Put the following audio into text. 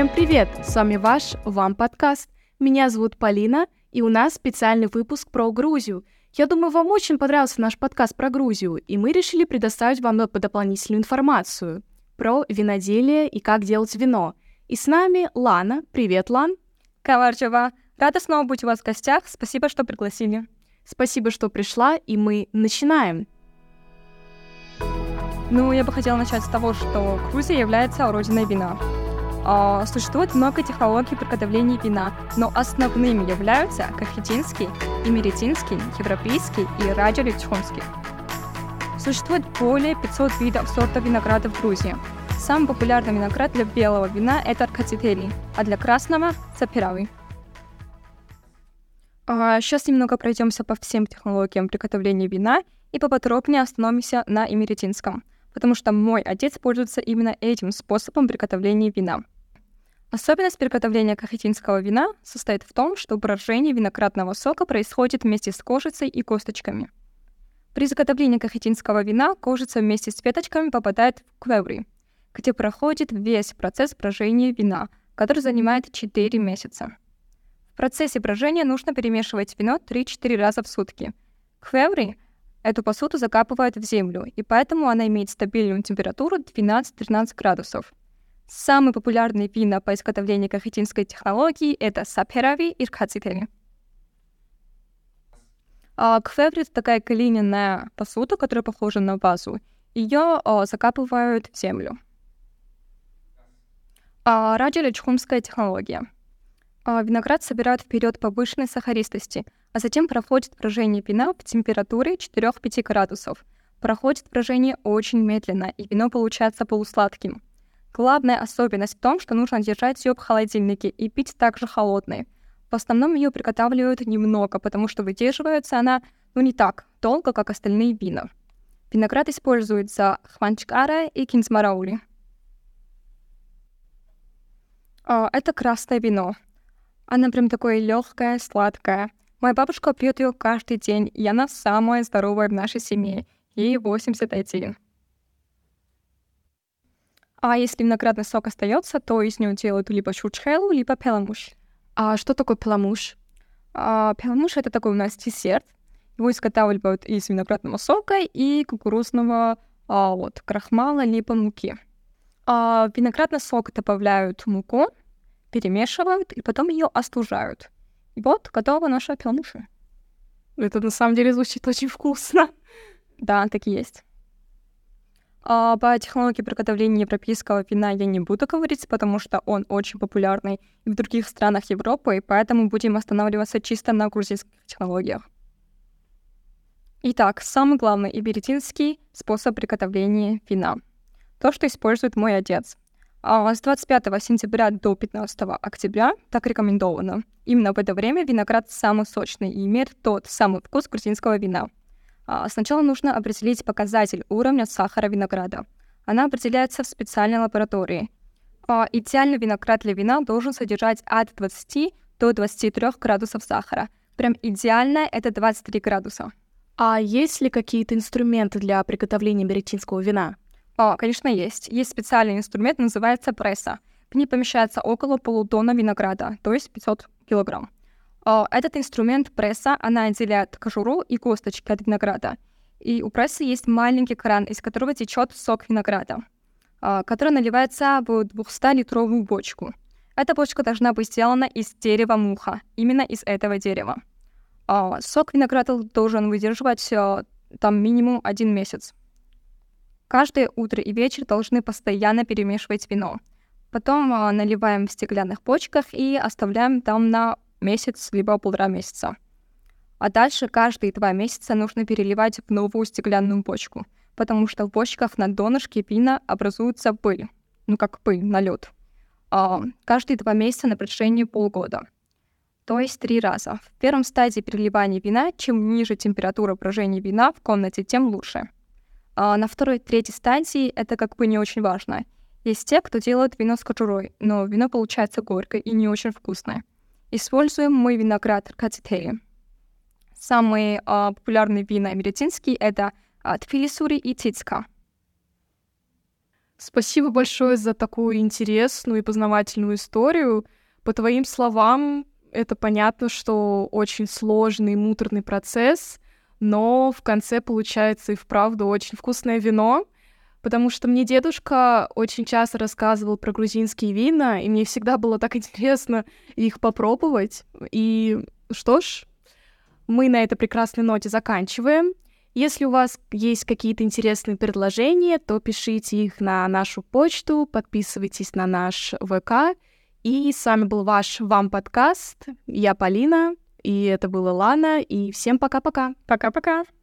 Всем привет! С вами ваш ВАМ подкаст. Меня зовут Полина, и у нас специальный выпуск про Грузию. Я думаю, вам очень понравился наш подкаст про Грузию, и мы решили предоставить вам дополнительную информацию про виноделие и как делать вино. И с нами Лана. Привет, Лан. Каварчева. Рада снова быть у вас в гостях. Спасибо, что пригласили. Спасибо, что пришла, и мы начинаем. Я бы хотела начать с того, что Грузия является родиной вина. Существует много технологий приготовления вина, но основными являются кахетинский, имеретинский, европейский и радиолечхонский. Существует более 500 видов сортов винограда в Грузии. Самый популярный виноград для белого вина – это аркацители, а для красного – саперави. Сейчас немного пройдемся по всем технологиям приготовления вина и поподробнее остановимся на имеретинском, потому что мой отец пользуется именно этим способом приготовления вина. Особенность приготовления кахетинского вина состоит в том, что брожение виноградного сока происходит вместе с кожицей и косточками. При изготовлении кахетинского вина кожица вместе с веточками попадает в квеври, где проходит весь процесс брожения вина, который занимает 4 месяца. В процессе брожения нужно перемешивать вино 3-4 раза в сутки. Квеври эту посуду закапывают в землю, и поэтому она имеет стабильную температуру 12-13 градусов. Самые популярные вина по изготовлению кахетинской технологии – это саперави и аркацители. Квеври – это такая глиняная посуда, которая похожа на вазу. Ее закапывают в землю. Радиолечхонская технология. Виноград собирают в период повышенной сахаристости, а затем проходит брожение вина в температуре 4-5 градусов. Проходит брожение очень медленно, и вино получается полусладким. Главная особенность в том, что нужно держать ее в холодильнике и пить также холодной. В основном ее приготавливают немного, потому что выдерживается она не так долго, как остальные вина. Виноград используется хванчкара и кинзмараули. Это красное вино. Она прям такое легкое, сладкое. Моя бабушка пьет ее каждый день, и она самая здоровая в нашей семье. Ей 81. А если виноградный сок остается, то из него делают либо чучхелу, либо пеламуш. А что такое пеламуш? Пеламуш — это такой у нас десерт. Его изготавливают из виноградного сока и кукурузного крахмала либо муки. В виноградный сок добавляют муку, перемешивают и потом ее остужают. И вот готова наша пеламуша. Это на самом деле звучит очень вкусно. Да, так и есть. По технологии приготовления европейского вина я не буду говорить, потому что он очень популярный и в других странах Европы, и поэтому будем останавливаться чисто на грузинских технологиях. Итак, самый главный имеретинский способ приготовления вина. То, что использует мой отец. С 25 сентября до 15 октября так рекомендовано. Именно в это время виноград самый сочный и имеет тот самый вкус грузинского вина. Сначала нужно определить показатель уровня сахара винограда. Она определяется в специальной лаборатории. Идеальный виноград для вина должен содержать от 20 до 23 градусов сахара. Прям идеально это 23 градуса. А есть ли какие-то инструменты для приготовления имеретинского вина? Конечно, есть. Есть специальный инструмент, называется пресса. В ней помещается около полутонна винограда, то есть 500 килограмм. Этот инструмент пресса, она отделяет кожуру и косточки от винограда. И у прессы есть маленький кран, из которого течет сок винограда, который наливается в 200-литровую бочку. Эта бочка должна быть сделана из дерева муха, именно из этого дерева. Сок винограда должен выдерживать минимум 1 месяц. Каждое утро и вечер должны постоянно перемешивать вино. Потом наливаем в стеклянных бочках и оставляем там на месяц, либо 1,5 месяца. А дальше каждые 2 месяца нужно переливать в новую стеклянную бочку, потому что в бочках на донышке вина образуется пыль, как пыль, налет. Каждые 2 месяца на протяжении полгода. То есть 3 раза. В первом стадии переливания вина, чем ниже температура брожения вина в комнате, тем лучше. На второй и третьей стадии это не очень важно. Есть те, кто делает вино с кожурой, но вино получается горькое и не очень вкусное. Используем мы виноград аркацители. Самые популярные вина имеретинские — это Тбилисури и Тицка. Спасибо большое за такую интересную и познавательную историю. По твоим словам, это понятно, что очень сложный и муторный процесс, но в конце получается и вправду очень вкусное вино, потому что мне дедушка очень часто рассказывал про грузинские вина, и мне всегда было так интересно их попробовать. И что ж, мы на этой прекрасной ноте заканчиваем. Если у вас есть какие-то интересные предложения, то пишите их на нашу почту, подписывайтесь на наш ВК. И с вами был ваш «Вам подкаст». Я Полина, и это была Лана. И всем пока-пока. Пока-пока.